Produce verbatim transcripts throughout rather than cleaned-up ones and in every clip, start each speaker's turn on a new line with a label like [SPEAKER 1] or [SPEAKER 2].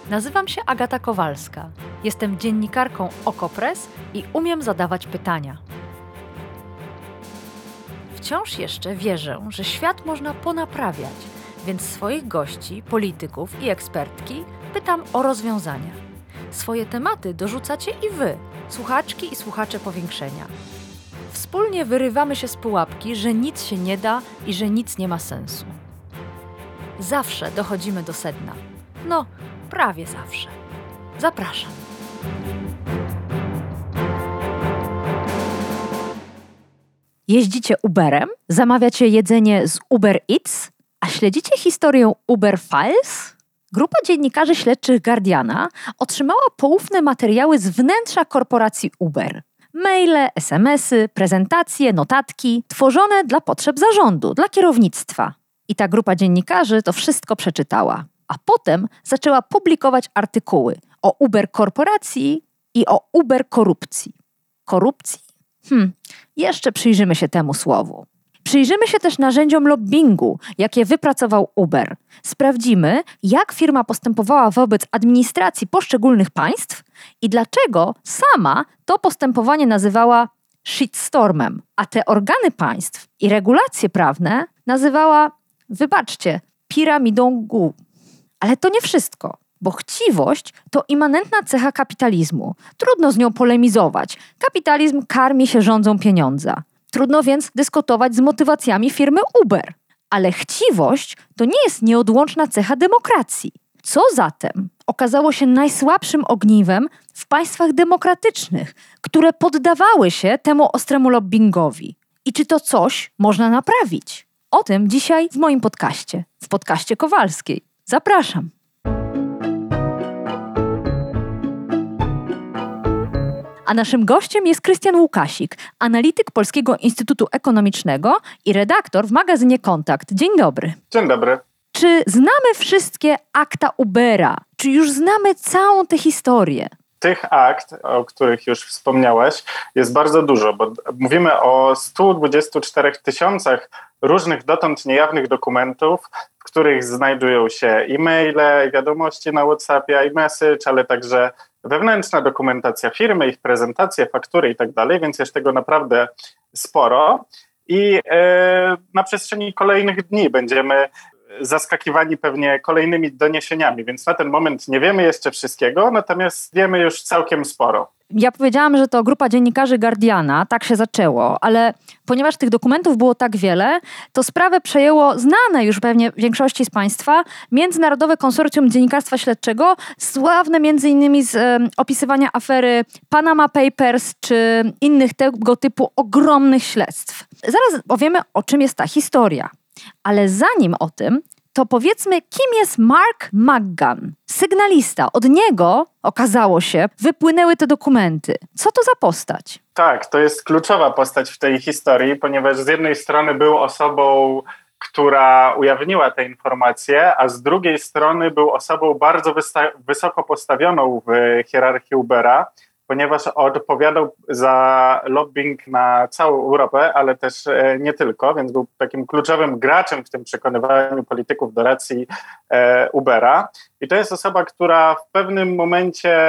[SPEAKER 1] Nazywam się Agata Kowalska. Jestem dziennikarką Okopres i umiem zadawać pytania. Wciąż jeszcze wierzę, że świat można ponaprawiać, więc swoich gości, polityków i ekspertki pytam o rozwiązania. Swoje tematy dorzucacie i wy, słuchaczki i słuchacze Powiększenia. Wspólnie wyrywamy się z pułapki, że nic się nie da i że nic nie ma sensu. Zawsze dochodzimy do sedna. No, prawie zawsze. Zapraszam. Jeździcie Uberem? Zamawiacie jedzenie z Uber Eats? A śledzicie historię Uber Files? Grupa dziennikarzy śledczych Guardiana otrzymała poufne materiały z wnętrza korporacji Uber. Maile, es em esy, prezentacje, notatki, tworzone dla potrzeb zarządu, dla kierownictwa. I ta grupa dziennikarzy to wszystko przeczytała. A potem zaczęła publikować artykuły o Uber korporacji i o Uber korupcji. Korupcji? Hm, jeszcze przyjrzymy się temu słowu. Przyjrzymy się też narzędziom lobbingu, jakie wypracował Uber. Sprawdzimy, jak firma postępowała wobec administracji poszczególnych państw i dlaczego sama to postępowanie nazywała shitstormem, a te organy państw i regulacje prawne nazywała, wybaczcie, piramidą gół. Ale to nie wszystko, bo chciwość to immanentna cecha kapitalizmu. Trudno z nią polemizować. Kapitalizm karmi się rządzą pieniądza. Trudno więc dyskutować z motywacjami firmy Uber. Ale chciwość to nie jest nieodłączna cecha demokracji. Co zatem okazało się najsłabszym ogniwem w państwach demokratycznych, które poddawały się temu ostremu lobbingowi? I czy to coś można naprawić? O tym dzisiaj w moim podcaście, w podcaście Kowalskiej. Zapraszam. A naszym gościem jest Krystian Łukasik, analityk Polskiego Instytutu Ekonomicznego i redaktor w magazynie Kontakt. Dzień dobry.
[SPEAKER 2] Dzień dobry.
[SPEAKER 1] Czy znamy wszystkie akta Ubera? Czy już znamy całą tę historię?
[SPEAKER 2] Tych akt, o których już wspomniałeś, jest bardzo dużo, bo mówimy o stu dwudziestu czterech tysiącach różnych dotąd niejawnych dokumentów, w których znajdują się e-maile, wiadomości na WhatsAppie, iMessage, ale także wewnętrzna dokumentacja firmy, ich prezentacje, faktury i tak dalej, więc jest tego naprawdę sporo. I e, na przestrzeni kolejnych dni będziemy zaskakiwani pewnie kolejnymi doniesieniami, więc na ten moment nie wiemy jeszcze wszystkiego, natomiast wiemy już całkiem sporo.
[SPEAKER 1] Ja powiedziałam, że to grupa dziennikarzy Guardiana, tak się zaczęło, ale ponieważ tych dokumentów było tak wiele, to sprawę przejęło znane już pewnie większości z Państwa Międzynarodowe Konsorcjum Dziennikarstwa Śledczego, sławne między innymi z e, opisywania afery Panama Papers czy innych tego typu ogromnych śledztw. Zaraz powiemy, o czym jest ta historia. Ale zanim o tym, to powiedzmy, kim jest Mark McGann, sygnalista. Od niego, okazało się, wypłynęły te dokumenty. Co to za postać?
[SPEAKER 2] Tak, to jest kluczowa postać w tej historii, ponieważ z jednej strony był osobą, która ujawniła te informacje, a z drugiej strony był osobą bardzo wysta- wysoko postawioną w hierarchii Ubera, ponieważ odpowiadał za lobbying na całą Europę, ale też nie tylko, więc był takim kluczowym graczem w tym przekonywaniu polityków do racji e, Ubera. I to jest osoba, która w pewnym momencie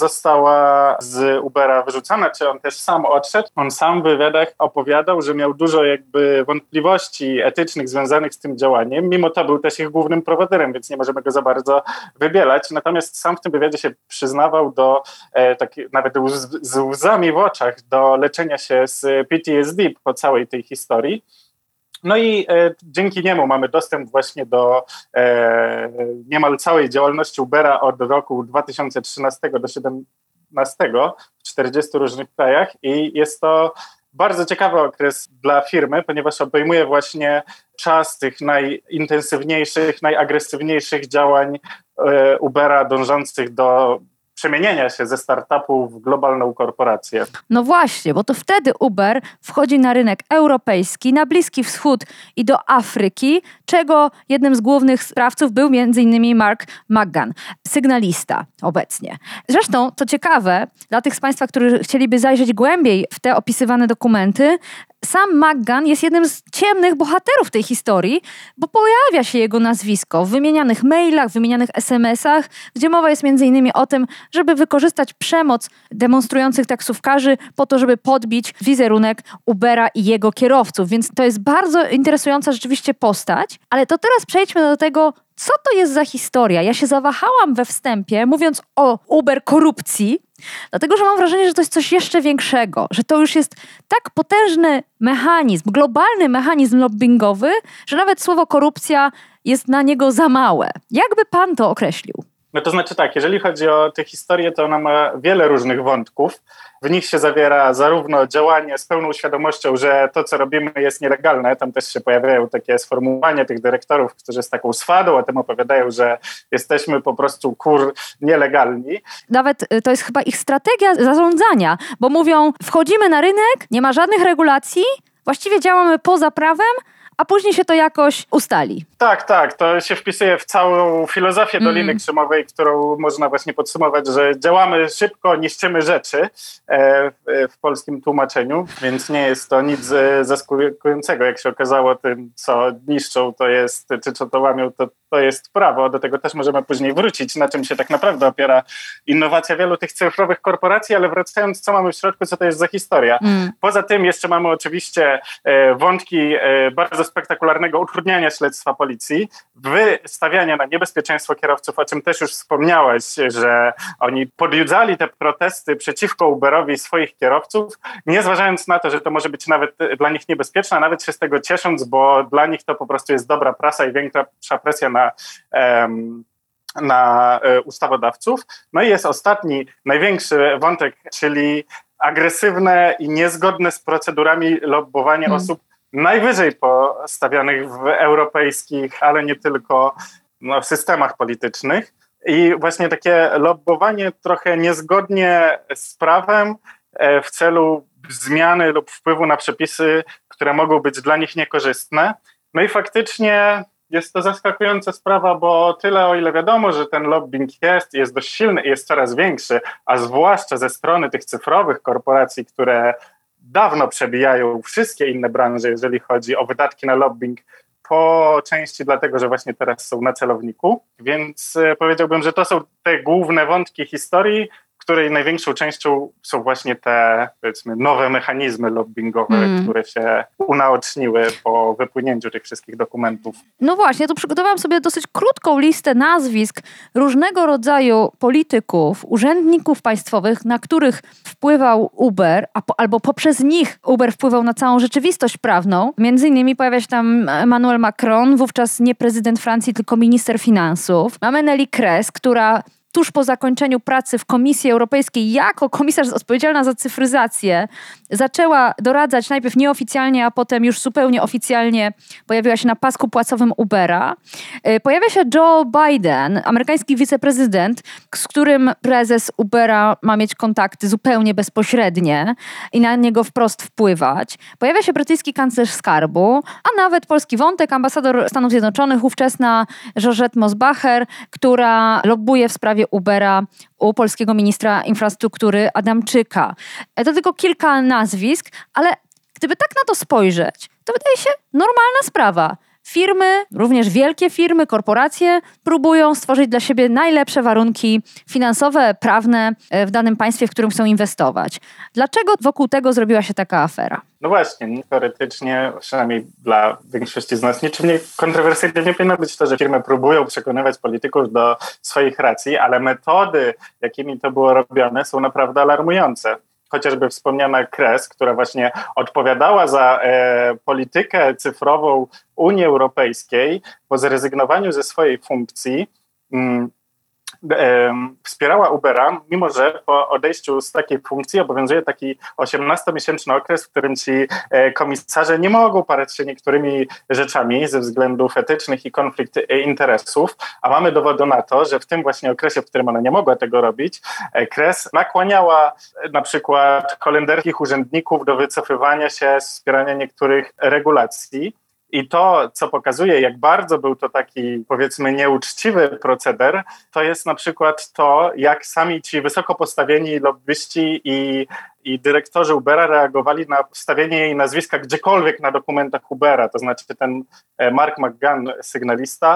[SPEAKER 2] została z Ubera wyrzucona, czy on też sam odszedł. On sam w wywiadach opowiadał, że miał dużo jakby wątpliwości etycznych związanych z tym działaniem. Mimo to był też ich głównym prowadzerem, więc nie możemy go za bardzo wybielać. Natomiast sam w tym wywiadzie się przyznawał do, e, taki, nawet z, z łzami w oczach, do leczenia się z P T S D po całej tej historii. No i e, dzięki niemu mamy dostęp właśnie do e, niemal całej działalności Ubera od roku dwa tysiące trzynastego do dwa tysiące siedemnastego w czterdziestu różnych krajach i jest to bardzo ciekawy okres dla firmy, ponieważ obejmuje właśnie czas tych najintensywniejszych, najagresywniejszych działań e, Ubera dążących do przemienienia się ze startupu w globalną korporację.
[SPEAKER 1] No właśnie, bo to wtedy Uber wchodzi na rynek europejski, na Bliski Wschód i do Afryki, czego jednym z głównych sprawców był między innymi Mark McGann, sygnalista obecnie. Zresztą, to ciekawe, dla tych z Państwa, którzy chcieliby zajrzeć głębiej w te opisywane dokumenty, sam McGahn jest jednym z ciemnych bohaterów tej historii, bo pojawia się jego nazwisko w wymienianych mailach, w wymienianych es em esach, gdzie mowa jest między innymi o tym, żeby wykorzystać przemoc demonstrujących taksówkarzy po to, żeby podbić wizerunek Ubera i jego kierowców. Więc to jest bardzo interesująca rzeczywiście postać. Ale to teraz przejdźmy do tego, co to jest za historia. Ja się zawahałam we wstępie, mówiąc o Uber korupcji, dlatego, że mam wrażenie, że to jest coś jeszcze większego, że to już jest tak potężny mechanizm, globalny mechanizm lobbingowy, że nawet słowo korupcja jest na niego za małe. Jakby pan to określił?
[SPEAKER 2] No to znaczy tak, jeżeli chodzi o tę historię, to ona ma wiele różnych wątków. W nich się zawiera zarówno działanie z pełną świadomością, że to, co robimy, jest nielegalne. Tam też się pojawiają takie sformułowania tych dyrektorów, którzy z taką swadą o tym opowiadają, że jesteśmy po prostu kur nielegalni.
[SPEAKER 1] Nawet to jest chyba ich strategia zarządzania, bo mówią, wchodzimy na rynek, nie ma żadnych regulacji, właściwie działamy poza prawem, a później się to jakoś ustali.
[SPEAKER 2] Tak, tak. To się wpisuje w całą filozofię Doliny
[SPEAKER 1] mm.
[SPEAKER 2] Krzemowej, którą można właśnie podsumować, że działamy szybko, niszczymy rzeczy e, w, w polskim tłumaczeniu, więc nie jest to nic e, zaskakującego. Jak się okazało, tym, co niszczą, to jest, czy co to łamią, to, to jest prawo. Do tego też możemy później wrócić, na czym się tak naprawdę opiera innowacja wielu tych cyfrowych korporacji, ale wracając, co mamy w środku, co to jest za historia. Mm. Poza tym jeszcze mamy oczywiście e, wątki e, bardzo spektakularnego utrudniania śledztwa policji, wystawiania na niebezpieczeństwo kierowców, o czym też już wspomniałeś, że oni podjudzali te protesty przeciwko Uberowi swoich kierowców, nie zważając na to, że to może być nawet dla nich niebezpieczne, a nawet się z tego ciesząc, bo dla nich to po prostu jest dobra prasa i większa presja na um, na ustawodawców. No i jest ostatni, największy wątek, czyli agresywne i niezgodne z procedurami lobbowanie hmm. osób najwyżej postawionych w europejskich, ale nie tylko, no, systemach politycznych. I właśnie takie lobbowanie trochę niezgodnie z prawem w celu zmiany lub wpływu na przepisy, które mogą być dla nich niekorzystne. No i faktycznie jest to zaskakująca sprawa, bo tyle o ile wiadomo, że ten lobbying jest, jest dość silny i jest coraz większy, a zwłaszcza ze strony tych cyfrowych korporacji, które dawno przebijają wszystkie inne branże, jeżeli chodzi o wydatki na lobbying, po części dlatego, że właśnie teraz są na celowniku. Więc powiedziałbym, że to są te główne wątki historii, której największą częścią są właśnie te, powiedzmy, nowe mechanizmy lobbingowe, mm. które się unaoczniły po wypłynięciu tych wszystkich dokumentów.
[SPEAKER 1] No właśnie, tu przygotowałam sobie dosyć krótką listę nazwisk różnego rodzaju polityków, urzędników państwowych, na których wpływał Uber, a po, albo poprzez nich Uber wpływał na całą rzeczywistość prawną. Między innymi pojawia się tam Emmanuel Macron, wówczas nie prezydent Francji, tylko minister finansów. Mamy Nelly Cress, która tuż po zakończeniu pracy w Komisji Europejskiej jako komisarz odpowiedzialna za cyfryzację zaczęła doradzać najpierw nieoficjalnie, a potem już zupełnie oficjalnie pojawiła się na pasku płacowym Ubera. Pojawia się Joe Biden, amerykański wiceprezydent, z którym prezes Ubera ma mieć kontakty zupełnie bezpośrednie i na niego wprost wpływać. Pojawia się brytyjski kanclerz skarbu, a nawet polski wątek, ambasador Stanów Zjednoczonych, ówczesna Georgette Mosbacher, która lobbuje w sprawie Ubera u polskiego ministra infrastruktury Adamczyka. To tylko kilka nazwisk, ale gdyby tak na to spojrzeć, to wydaje się normalna sprawa. Firmy, również wielkie firmy, korporacje próbują stworzyć dla siebie najlepsze warunki finansowe, prawne w danym państwie, w którym chcą inwestować. Dlaczego wokół tego zrobiła się taka afera?
[SPEAKER 2] No właśnie, teoretycznie, przynajmniej dla większości z nas, niczym nie kontrowersyjnie nie powinno być to, że firmy próbują przekonywać polityków do swoich racji, ale metody, jakimi to było robione, są naprawdę alarmujące. Chociażby wspomniana Cress, która właśnie odpowiadała za e, politykę cyfrową Unii Europejskiej, po zrezygnowaniu ze swojej funkcji mm, e, wspierała Ubera, mimo że po odejściu z takiej funkcji obowiązuje taki osiemnastomiesięczny okres, w którym ci e, komisarze nie mogą parać się niektórymi rzeczami ze względów etycznych i konflikt interesów, a mamy dowody na to, że w tym właśnie okresie, w którym ona nie mogła tego robić, e, Cress nakłaniała e, na przykład holenderskich urzędników do wycofywania się z wspierania niektórych regulacji. I to, co pokazuje, jak bardzo był to taki, powiedzmy, nieuczciwy proceder, to jest na przykład to, jak sami ci wysoko postawieni lobbyści i, i dyrektorzy Ubera reagowali na wstawienie jej nazwiska gdziekolwiek na dokumentach Ubera. To znaczy ten Mark McGann, sygnalista,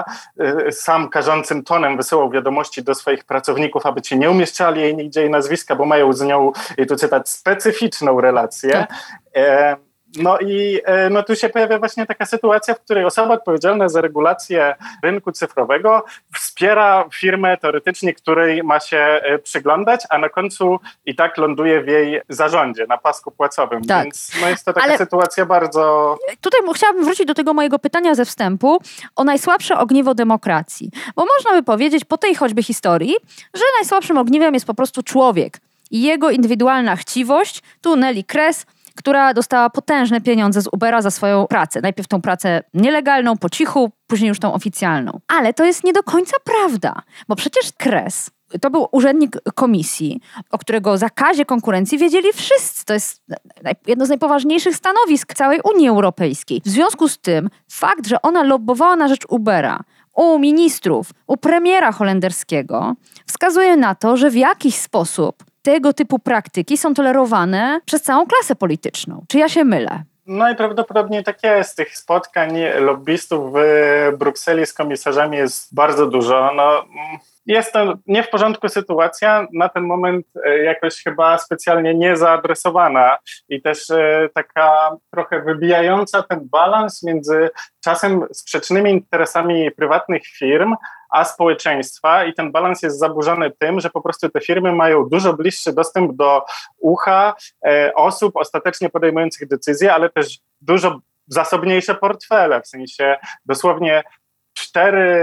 [SPEAKER 2] sam karzącym tonem wysyłał wiadomości do swoich pracowników, aby ci nie umieszczali jej nigdzie jej nazwiska, bo mają z nią, i tu cytat, specyficzną relację. Tak. E, No i no tu się pojawia właśnie taka sytuacja, w której osoba odpowiedzialna za regulację rynku cyfrowego wspiera firmę teoretycznie, której ma się przyglądać, a na końcu i tak ląduje w jej zarządzie, na pasku płacowym. Tak. Więc no jest to taka Ale sytuacja bardzo...
[SPEAKER 1] Tutaj chciałabym wrócić do tego mojego pytania ze wstępu o najsłabsze ogniwo demokracji. Bo można by powiedzieć po tej choćby historii, że najsłabszym ogniwem jest po prostu człowiek i jego indywidualna chciwość. Tu Nelly Kress, która dostała potężne pieniądze z Ubera za swoją pracę. Najpierw tą pracę nielegalną, po cichu, później już tą oficjalną. Ale to jest nie do końca prawda, bo przecież Kress to był urzędnik komisji, o którego zakazie konkurencji wiedzieli wszyscy. To jest jedno z najpoważniejszych stanowisk całej Unii Europejskiej. W związku z tym fakt, że ona lobbowała na rzecz Ubera u ministrów, u premiera holenderskiego, wskazuje na to, że w jakiś sposób tego typu praktyki są tolerowane przez całą klasę polityczną. Czy ja się mylę?
[SPEAKER 2] No i prawdopodobnie tak jest. Tych spotkań lobbystów w Brukseli z komisarzami jest bardzo dużo. No, jest to nie w porządku sytuacja, na ten moment jakoś chyba specjalnie nie zaadresowana i też taka trochę wybijająca ten balans między czasem sprzecznymi interesami prywatnych firm, a społeczeństwa, i ten balans jest zaburzony tym, że po prostu te firmy mają dużo bliższy dostęp do ucha e, osób ostatecznie podejmujących decyzje, ale też dużo zasobniejsze portfele, w sensie dosłownie cztery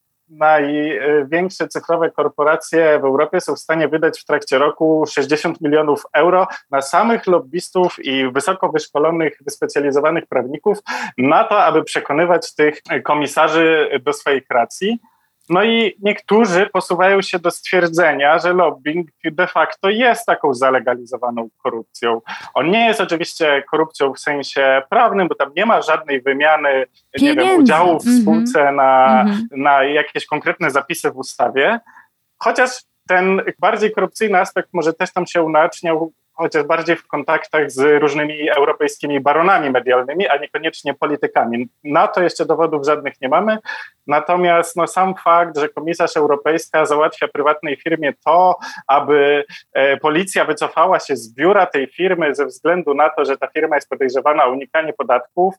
[SPEAKER 2] największe cyfrowe korporacje w Europie są w stanie wydać w trakcie roku sześćdziesiąt milionów euro na samych lobbystów i wysoko wyszkolonych, wyspecjalizowanych prawników na to, aby przekonywać tych komisarzy do swoich racji. No i niektórzy posuwają się do stwierdzenia, że lobbying de facto jest taką zalegalizowaną korupcją. On nie jest oczywiście korupcją w sensie prawnym, bo tam nie ma żadnej wymiany nie wiem, udziału w mm-hmm. spółce na, mm-hmm. na jakieś konkretne zapisy w ustawie. Chociaż ten bardziej korupcyjny aspekt może też tam się unaczniał, chociaż bardziej w kontaktach z różnymi europejskimi baronami medialnymi, a niekoniecznie politykami. Na to jeszcze dowodów żadnych nie mamy. Natomiast no, sam fakt, że komisarz europejska załatwia prywatnej firmie to, aby e, policja wycofała się z biura tej firmy ze względu na to, że ta firma jest podejrzewana o unikanie podatków,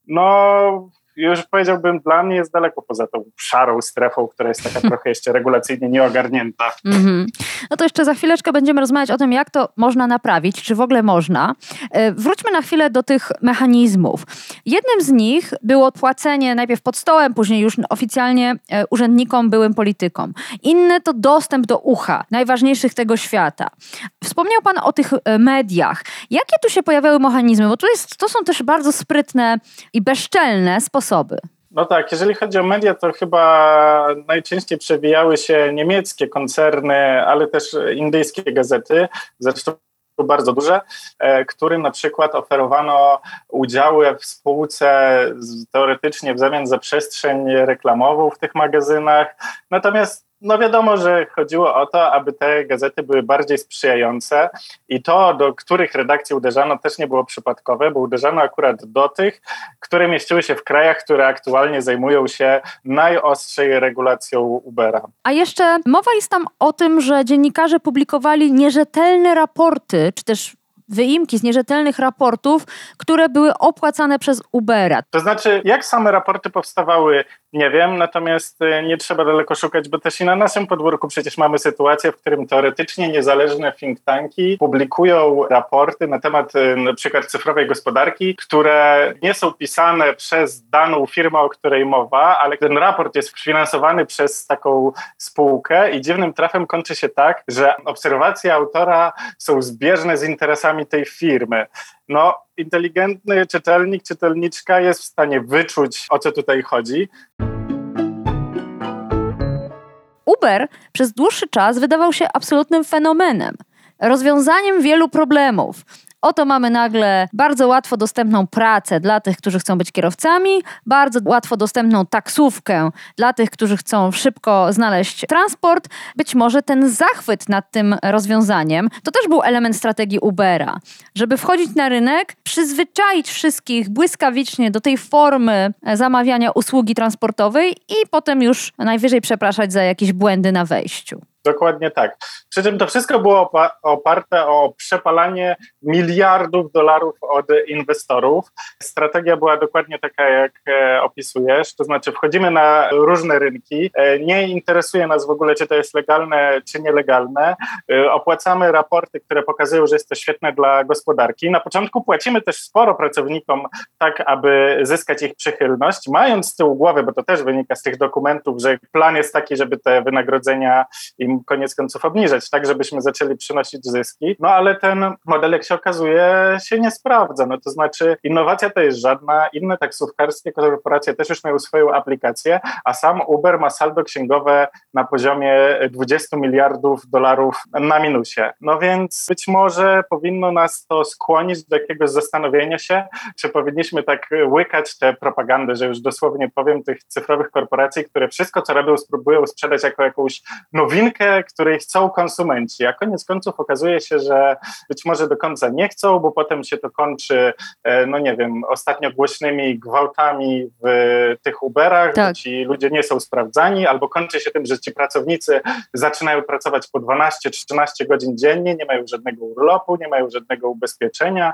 [SPEAKER 2] no już powiedziałbym, dla mnie jest daleko poza tą szarą strefą, która jest taka trochę jeszcze regulacyjnie nieogarnięta.
[SPEAKER 1] Mm-hmm. No to jeszcze za chwileczkę będziemy rozmawiać o tym, jak to można naprawić, czy w ogóle można. Wróćmy na chwilę do tych mechanizmów. Jednym z nich było płacenie najpierw pod stołem, później już oficjalnie urzędnikom, byłym politykom. Inne to dostęp do ucha, najważniejszych tego świata. Wspomniał pan o tych mediach. Jakie tu się pojawiały mechanizmy? Bo to, jest, to są też bardzo sprytne i bezczelne sposoby.
[SPEAKER 2] No tak, jeżeli chodzi o media, to chyba najczęściej przewijały się niemieckie koncerny, ale też indyjskie gazety, zresztą bardzo duże, którym na przykład oferowano udziały w spółce teoretycznie w zamian za przestrzeń reklamową w tych magazynach. Natomiast no wiadomo, że chodziło o to, aby te gazety były bardziej sprzyjające i to, do których redakcji uderzano, też nie było przypadkowe, bo uderzano akurat do tych, które mieściły się w krajach, które aktualnie zajmują się najostrzej regulacją Ubera.
[SPEAKER 1] A jeszcze mowa jest tam o tym, że dziennikarze publikowali nierzetelne raporty, czy też wyimki z nierzetelnych raportów, które były opłacane przez Ubera.
[SPEAKER 2] To znaczy, jak same raporty powstawały, nie wiem, natomiast nie trzeba daleko szukać, bo też i na naszym podwórku przecież mamy sytuację, w którym teoretycznie niezależne think tanki publikują raporty na temat na przykład cyfrowej gospodarki, które nie są pisane przez daną firmę, o której mowa, ale ten raport jest finansowany przez taką spółkę i dziwnym trafem kończy się tak, że obserwacje autora są zbieżne z interesami tej firmy. No, inteligentny czytelnik, czytelniczka jest w stanie wyczuć, o co tutaj chodzi.
[SPEAKER 1] Uber przez dłuższy czas wydawał się absolutnym fenomenem, rozwiązaniem wielu problemów. Oto mamy nagle bardzo łatwo dostępną pracę dla tych, którzy chcą być kierowcami, bardzo łatwo dostępną taksówkę dla tych, którzy chcą szybko znaleźć transport. Być może ten zachwyt nad tym rozwiązaniem to też był element strategii Ubera, żeby wchodzić na rynek, przyzwyczaić wszystkich błyskawicznie do tej formy zamawiania usługi transportowej i potem już najwyżej przepraszać za jakieś błędy na wejściu.
[SPEAKER 2] Dokładnie tak. Przy czym to wszystko było opa- oparte o przepalanie miliardów dolarów od inwestorów. Strategia była dokładnie taka, jak e, opisujesz, to znaczy wchodzimy na różne rynki, e, nie interesuje nas w ogóle, czy to jest legalne, czy nielegalne. E, opłacamy raporty, które pokazują, że jest to świetne dla gospodarki. Na początku płacimy też sporo pracownikom, tak aby zyskać ich przychylność, mając z tyłu głowy, bo to też wynika z tych dokumentów, że plan jest taki, żeby te wynagrodzenia im koniec końców obniżać, tak, żebyśmy zaczęli przynosić zyski. No ale ten model, jak się okazuje, się nie sprawdza. No to znaczy innowacja to jest żadna, inne taksówkarskie korporacje też już mają swoją aplikację, a sam Uber ma saldo księgowe na poziomie dwadzieścia miliardów dolarów na minusie. No więc być może powinno nas to skłonić do jakiegoś zastanowienia się, czy powinniśmy tak łykać tę propagandę, że już dosłownie powiem, tych cyfrowych korporacji, które wszystko, co robią, spróbują sprzedać jako jakąś nowinkę, której chcą konsumenci, a koniec końców okazuje się, że być może do końca nie chcą, bo potem się to kończy, no nie wiem, ostatnio głośnymi gwałtami w tych Uberach, tak. Bo ci ludzie nie są sprawdzani, albo kończy się tym, że ci pracownicy zaczynają pracować po dwanaście trzynaście godzin dziennie, nie mają żadnego urlopu, nie mają żadnego ubezpieczenia,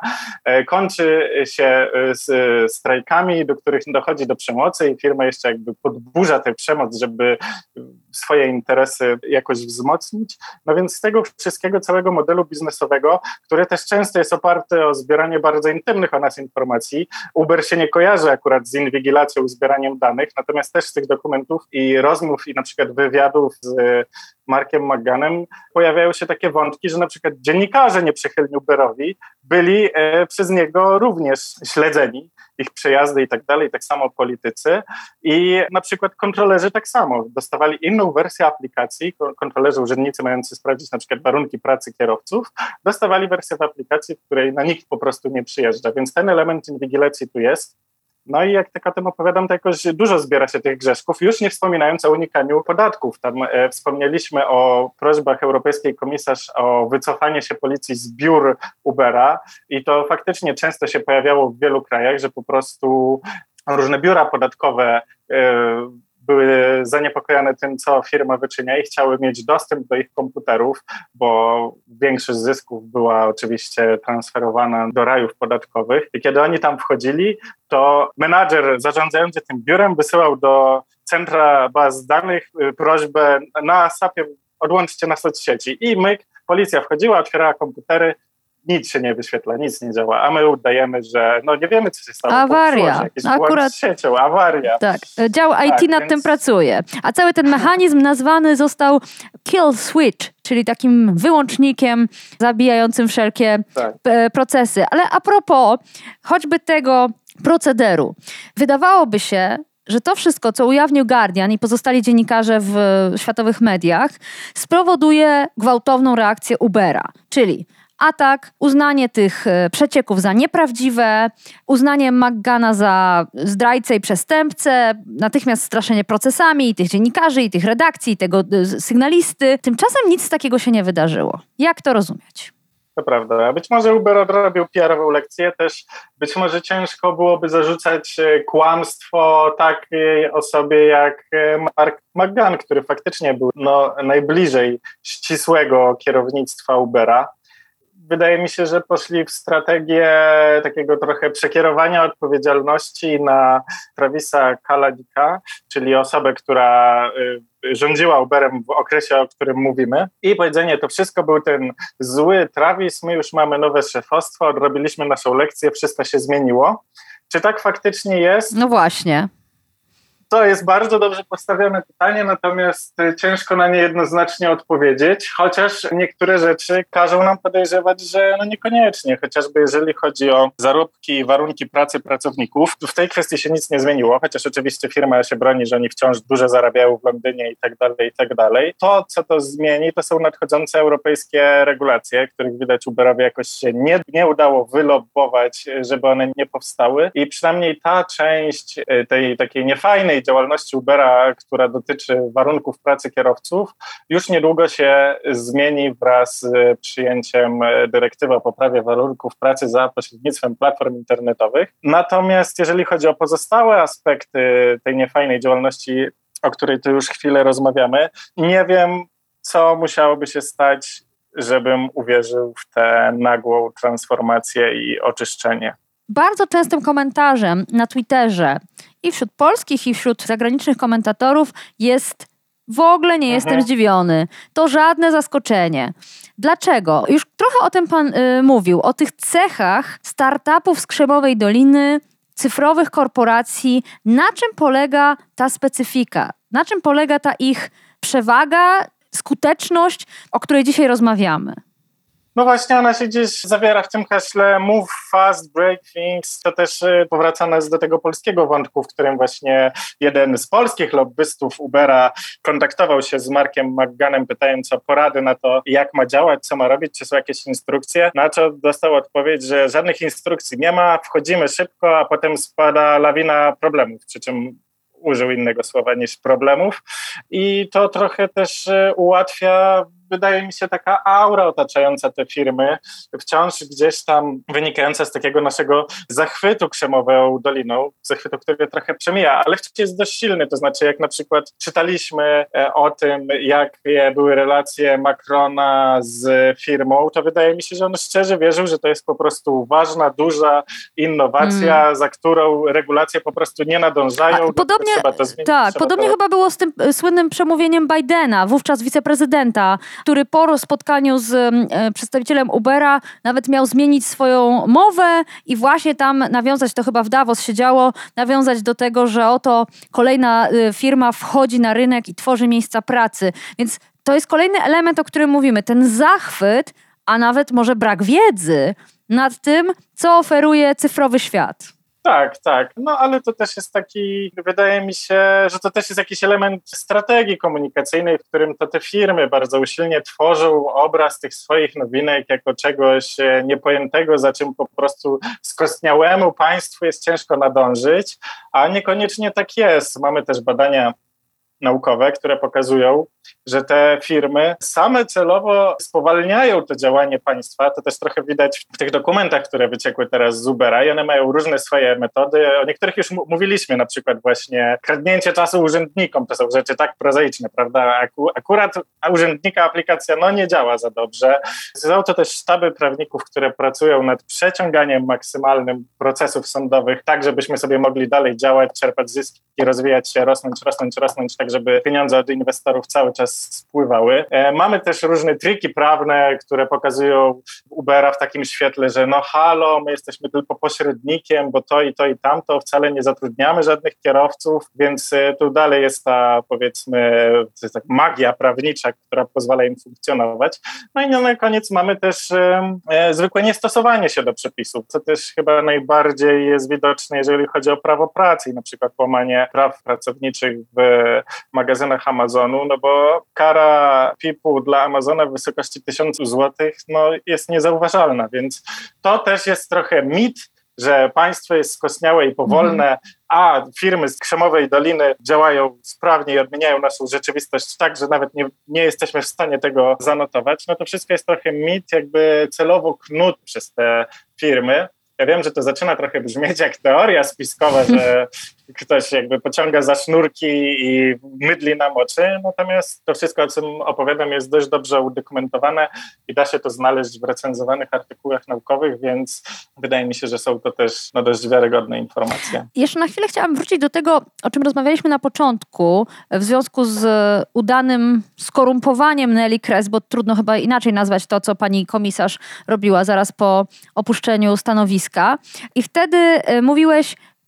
[SPEAKER 2] kończy się z strajkami, do których dochodzi do przemocy i firma jeszcze jakby podburza tę przemoc, żeby swoje interesy jakoś wzmocnić. No więc z tego wszystkiego całego modelu biznesowego, który też często jest oparty o zbieranie bardzo intymnych o nas informacji. Uber się nie kojarzy akurat z inwigilacją, zbieraniem danych, natomiast też z tych dokumentów i rozmów i na przykład wywiadów z Markiem McGannem pojawiają się takie wątki, że na przykład dziennikarze nieprzychylni Uberowi byli e, przez niego również śledzeni, ich przejazdy i tak dalej, tak samo politycy i na przykład kontrolerzy tak samo dostawali inną wersję aplikacji, kontrolerzy, urzędnicy mający sprawdzić na przykład warunki pracy kierowców, dostawali wersję w aplikacji, w której na nikt po prostu nie przyjeżdża, więc ten element inwigilacji tu jest. No i jak tak o tym opowiadam, to jakoś dużo zbiera się tych grzeszków, już nie wspominając o unikaniu podatków. Tam e, wspomnieliśmy o prośbach Europejskiej Komisarz o wycofanie się policji z biur Ubera i to faktycznie często się pojawiało w wielu krajach, że po prostu różne biura podatkowe e, były zaniepokojone tym, co firma wyczynia i chciały mieć dostęp do ich komputerów, bo większość zysków była oczywiście transferowana do rajów podatkowych. I kiedy oni tam wchodzili, to menadżer zarządzający tym biurem wysyłał do centra baz danych prośbę na sapie odłączcie nas od sieci. I myk, policja wchodziła, otwierała komputery, nic się nie wyświetla, nic nie działa, a my udajemy, że no nie wiemy, co się stało.
[SPEAKER 1] Awaria.
[SPEAKER 2] Jakiś Akurat z siecią, awaria.
[SPEAKER 1] Tak, dział I T
[SPEAKER 2] tak,
[SPEAKER 1] nad
[SPEAKER 2] więc...
[SPEAKER 1] tym pracuje. A cały ten mechanizm nazwany został kill switch, czyli takim wyłącznikiem zabijającym wszelkie tak. procesy. Ale a propos choćby tego procederu, wydawałoby się, że to wszystko, co ujawnił Guardian i pozostali dziennikarze w światowych mediach, spowoduje gwałtowną reakcję Ubera, czyli atak, uznanie tych przecieków za nieprawdziwe, uznanie McGanna za zdrajcę i przestępcę, natychmiast straszenie procesami i tych dziennikarzy, i tych redakcji, i tego sygnalisty. Tymczasem nic takiego się nie wydarzyło. Jak to rozumieć?
[SPEAKER 2] To prawda. Być może Uber odrobił P R-ową lekcję, też być może ciężko byłoby zarzucać kłamstwo takiej osobie jak Mark McGann, który faktycznie był no, najbliżej ścisłego kierownictwa Ubera. Wydaje mi się, że poszli w strategię takiego trochę przekierowania odpowiedzialności na Travisa Kaladika, czyli osobę, która rządziła Uberem w okresie, o którym mówimy. I powiedzenie, to wszystko był ten zły Travis, my już mamy nowe szefostwo, odrobiliśmy naszą lekcję, wszystko się zmieniło. Czy tak faktycznie jest?
[SPEAKER 1] No właśnie.
[SPEAKER 2] To jest bardzo dobrze postawione pytanie, natomiast ciężko na nie jednoznacznie odpowiedzieć, chociaż niektóre rzeczy każą nam podejrzewać, że no niekoniecznie, chociażby jeżeli chodzi o zarobki i warunki pracy pracowników. W tej kwestii się nic nie zmieniło, chociaż oczywiście firma się broni, że oni wciąż dużo zarabiają w Londynie i tak dalej, i tak dalej. To, co to zmieni, to są nadchodzące europejskie regulacje, których widać Uberowi jakoś się nie, nie udało wylobbować, żeby one nie powstały i przynajmniej ta część tej takiej niefajnej działalności Ubera, która dotyczy warunków pracy kierowców, już niedługo się zmieni wraz z przyjęciem dyrektywy o poprawie warunków pracy za pośrednictwem platform internetowych. Natomiast jeżeli chodzi o pozostałe aspekty tej niefajnej działalności, o której tu już chwilę rozmawiamy, nie wiem, co musiałoby się stać, żebym uwierzył w tę nagłą transformację i oczyszczenie.
[SPEAKER 1] Bardzo częstym komentarzem na Twitterze i wśród polskich, i wśród zagranicznych komentatorów jest: w ogóle nie jestem
[SPEAKER 2] Mhm.
[SPEAKER 1] zdziwiony. To żadne zaskoczenie. Dlaczego? Już trochę o tym pan y, mówił, o tych cechach startupów z Krzemowej Doliny, cyfrowych korporacji. Na czym polega ta specyfika? Na czym polega ta ich przewaga, skuteczność, o której dzisiaj rozmawiamy?
[SPEAKER 2] No właśnie, ona się gdzieś zawiera w tym haśle move fast, break things. To też powracane jest do tego polskiego wątku, w którym właśnie jeden z polskich lobbystów Ubera kontaktował się z Markiem McGannem, pytając o porady na to, jak ma działać, co ma robić, czy są jakieś instrukcje. Na co dostał odpowiedź, że żadnych instrukcji nie ma, wchodzimy szybko, a potem spada lawina problemów, przy czym użył innego słowa niż problemów. I to trochę też ułatwia, wydaje mi się, taka aura otaczająca te firmy, wciąż gdzieś tam wynikająca z takiego naszego zachwytu Krzemową Doliną, zachwytu, który trochę przemija, ale wciąż jest dość silny, to znaczy jak na przykład czytaliśmy o tym, jakie były relacje Macrona z firmą, to wydaje mi się, że on szczerze wierzył, że to jest po prostu ważna, duża innowacja, mm. za którą regulacje po prostu nie nadążają.
[SPEAKER 1] A, podobnie,
[SPEAKER 2] trzeba to zmienić,
[SPEAKER 1] tak,
[SPEAKER 2] trzeba
[SPEAKER 1] podobnie
[SPEAKER 2] to...
[SPEAKER 1] chyba było z tym słynnym przemówieniem Bidena, wówczas wiceprezydenta, który po spotkaniu z e, przedstawicielem Ubera nawet miał zmienić swoją mowę i właśnie tam nawiązać, to chyba w Davos się działo, nawiązać do tego, że oto kolejna e, firma wchodzi na rynek i tworzy miejsca pracy. Więc to jest kolejny element, o którym mówimy. Ten zachwyt, a nawet może brak wiedzy nad tym, co oferuje cyfrowy świat.
[SPEAKER 2] Tak, tak. No ale to też jest taki, wydaje mi się, że to też jest jakiś element strategii komunikacyjnej, w którym to te firmy bardzo usilnie tworzą obraz tych swoich nowinek jako czegoś niepojętego, za czym po prostu skostniałemu państwu jest ciężko nadążyć, a niekoniecznie tak jest. Mamy też badania naukowe, które pokazują, że te firmy same celowo spowalniają to działanie państwa. To też trochę widać w tych dokumentach, które wyciekły teraz z Ubera i one mają różne swoje metody. O niektórych już m- mówiliśmy, na przykład właśnie kradnięcie czasu urzędnikom. To są rzeczy tak prozaiczne, prawda? Aku- akurat urzędnika aplikacja no nie działa za dobrze. Są to też sztaby prawników, które pracują nad przeciąganiem maksymalnym procesów sądowych, tak żebyśmy sobie mogli dalej działać, czerpać zyski, rozwijać się, rosnąć, rosnąć, rosnąć, tak żeby pieniądze od inwestorów cały czas spływały. E, mamy też różne triki prawne, które pokazują Ubera w takim świetle, że no halo, my jesteśmy tylko pośrednikiem, bo to i to i tamto, wcale nie zatrudniamy żadnych kierowców, więc e, tu dalej jest ta, powiedzmy, to jest tak magia prawnicza, która pozwala im funkcjonować. No i na koniec mamy też e, e, zwykłe niestosowanie się do przepisów, co też chyba najbardziej jest widoczne, jeżeli chodzi o prawo pracy i na przykład łamanie praw pracowniczych w magazynach Amazonu, no bo kara P I P-u dla Amazona w wysokości tysiąc złotych no, jest niezauważalna, więc to też jest trochę mit, że państwo jest skostniałe i powolne, mm. a firmy z Krzemowej Doliny działają sprawnie i odmieniają naszą rzeczywistość tak, że nawet nie, nie jesteśmy w stanie tego zanotować. No to wszystko jest trochę mit, jakby celowo knut przez te firmy. Ja wiem, że to zaczyna trochę brzmieć jak teoria spiskowa, że ktoś jakby pociąga za sznurki i mydli nam oczy, natomiast to wszystko, o czym opowiadam, jest dość dobrze udokumentowane i da się to znaleźć w recenzowanych artykułach naukowych, więc wydaje mi się, że są to też no, dość wiarygodne informacje.
[SPEAKER 1] Jeszcze na chwilę chciałam wrócić do tego, o czym rozmawialiśmy na początku, w związku z udanym skorumpowaniem Neelie Kroes, bo trudno chyba inaczej nazwać to, co pani komisarz robiła zaraz po opuszczeniu stanowiska. I wtedy mówiłeś,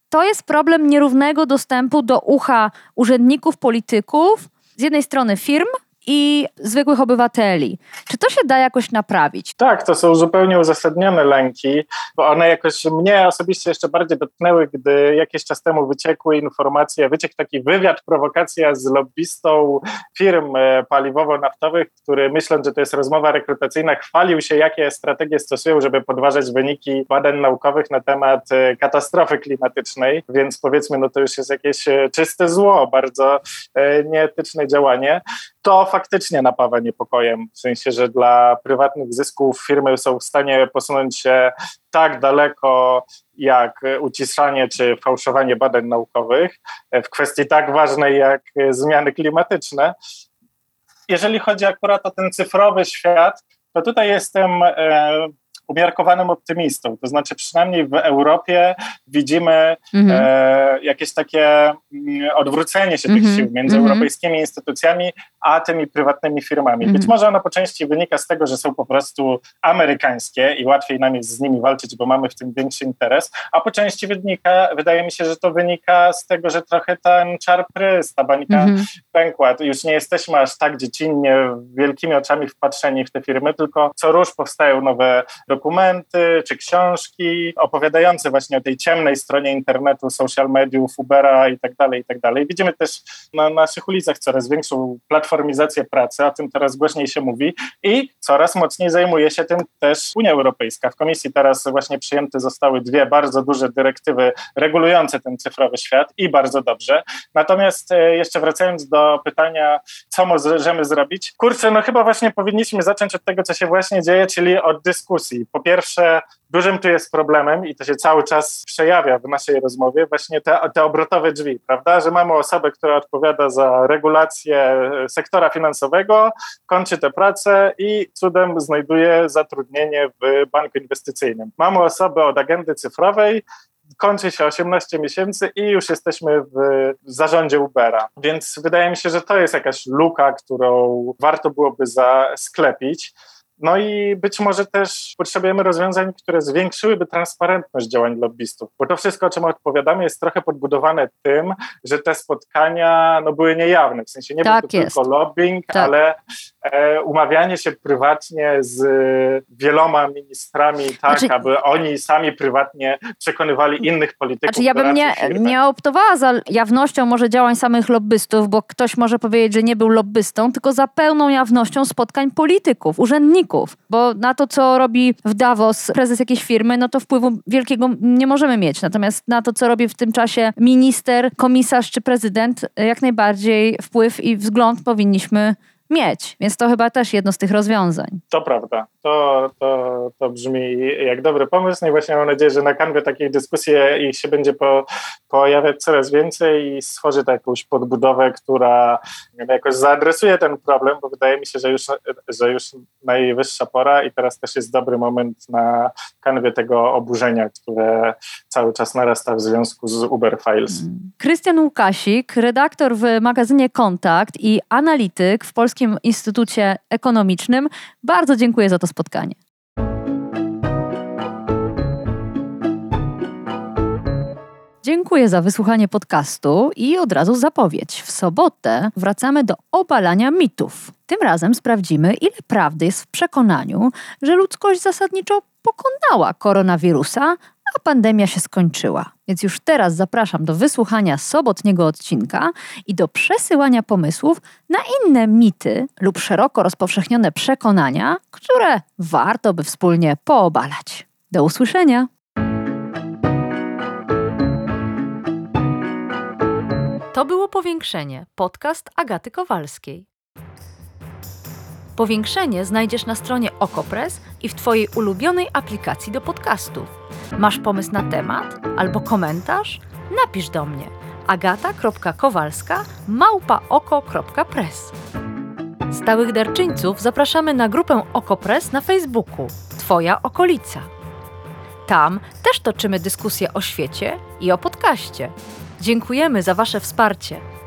[SPEAKER 1] to jest problem nierównego dostępu do ucha urzędników, polityków, z jednej strony firm i zwykłych obywateli. Czy to się da jakoś naprawić?
[SPEAKER 2] Tak, to są zupełnie uzasadnione lęki, bo one jakoś mnie osobiście jeszcze bardziej dotknęły, gdy jakiś czas temu wyciekły informacje, wyciekł taki wywiad, prowokacja z lobbystą firm paliwowo-naftowych, który myśląc, że to jest rozmowa rekrutacyjna, chwalił się, jakie strategie stosują, żeby podważać wyniki badań naukowych na temat katastrofy klimatycznej, więc powiedzmy, no to już jest jakieś czyste zło, bardzo nieetyczne działanie. To faktycznie napawa niepokojem, w sensie, że dla prywatnych zysków firmy są w stanie posunąć się tak daleko jak uciszanie czy fałszowanie badań naukowych w kwestii tak ważnej jak zmiany klimatyczne. Jeżeli chodzi akurat o ten cyfrowy świat, to tutaj jestem e, umiarkowanym optymistą. To znaczy przynajmniej w Europie widzimy mhm. e, jakieś takie m, odwrócenie się mhm. tych sił między mhm. europejskimi instytucjami a tymi prywatnymi firmami. Mhm. Być może ono po części wynika z tego, że są po prostu amerykańskie i łatwiej nam jest z nimi walczyć, bo mamy w tym większy interes, a po części wynika, wydaje mi się, że to wynika z tego, że trochę ten czar prys, ta bańka mhm. pękła. Już nie jesteśmy aż tak dziecinnie, wielkimi oczami wpatrzeni w te firmy, tylko co rusz powstają nowe dokumenty czy książki opowiadające właśnie o tej ciemnej stronie internetu, social mediów, Ubera i tak dalej, i tak dalej. Widzimy też na naszych ulicach coraz większą platformizację pracy, o tym teraz głośniej się mówi i coraz mocniej zajmuje się tym też Unia Europejska. W Komisji teraz właśnie przyjęte zostały dwie bardzo duże dyrektywy regulujące ten cyfrowy świat i bardzo dobrze. Natomiast jeszcze wracając do pytania, co możemy zrobić? Kurczę, no chyba właśnie powinniśmy zacząć od tego, co się właśnie dzieje, czyli od dyskusji. Po pierwsze, dużym tu jest problemem i to się cały czas przejawia w naszej rozmowie, właśnie te, te obrotowe drzwi, prawda? Że mamy osobę, która odpowiada za regulację sektora finansowego, kończy tę pracę i cudem znajduje zatrudnienie w banku inwestycyjnym. Mamy osobę od agendy cyfrowej, kończy się osiemnaście miesięcy i już jesteśmy w zarządzie Ubera. Więc wydaje mi się, że to jest jakaś luka, którą warto byłoby zasklepić. No i być może też potrzebujemy rozwiązań, które zwiększyłyby transparentność działań lobbystów, bo to wszystko, o czym odpowiadamy, jest trochę podbudowane tym, że te spotkania no, były niejawne, w sensie nie tak był to jest. tylko lobbying, tak. ale e, umawianie się prywatnie z wieloma ministrami, tak, znaczy, aby oni sami prywatnie przekonywali innych polityków.
[SPEAKER 1] Znaczy, ja bym nie, nie optowała za jawnością może działań samych lobbystów, bo ktoś może powiedzieć, że nie był lobbystą, tylko za pełną jawnością spotkań polityków, urzędników. Bo na to, co robi w Davos prezes jakiejś firmy, no to wpływu wielkiego nie możemy mieć. Natomiast na to, co robi w tym czasie minister, komisarz czy prezydent, jak najbardziej wpływ i wzgląd powinniśmy mieć. Więc to chyba też jedno z tych rozwiązań.
[SPEAKER 2] To prawda. To, to, to brzmi jak dobry pomysł. No i właśnie mam nadzieję, że na kanwie takich dyskusji ich się będzie po, pojawiać coraz więcej i stworzy jakąś podbudowę, która jakoś zaadresuje ten problem, bo wydaje mi się, że już, że już najwyższa pora i teraz też jest dobry moment na kanwie tego oburzenia, które cały czas narasta w związku z Uber Files.
[SPEAKER 1] Krystian Łukasik, redaktor w magazynie Kontakt i analityk w Polskim Instytucie Ekonomicznym. Bardzo dziękuję za to spotkanie. Dziękuję za wysłuchanie podcastu i od razu zapowiedź. W sobotę wracamy do obalania mitów. Tym razem sprawdzimy, ile prawdy jest w przekonaniu, że ludzkość zasadniczo pokonała koronawirusa, a pandemia się skończyła. Więc już teraz zapraszam do wysłuchania sobotniego odcinka i do przesyłania pomysłów na inne mity lub szeroko rozpowszechnione przekonania, które warto by wspólnie poobalać. Do usłyszenia! To było Powiększenie, podcast Agaty Kowalskiej. Powiększenie znajdziesz na stronie Okopres i w Twojej ulubionej aplikacji do podcastów. Masz pomysł na temat albo komentarz? Napisz do mnie agata kropka kowalska małpa oko kropka press. Stałych darczyńców zapraszamy na grupę Okopres na Facebooku Twoja okolica. Tam też toczymy dyskusje o świecie i o podcaście. Dziękujemy za Wasze wsparcie.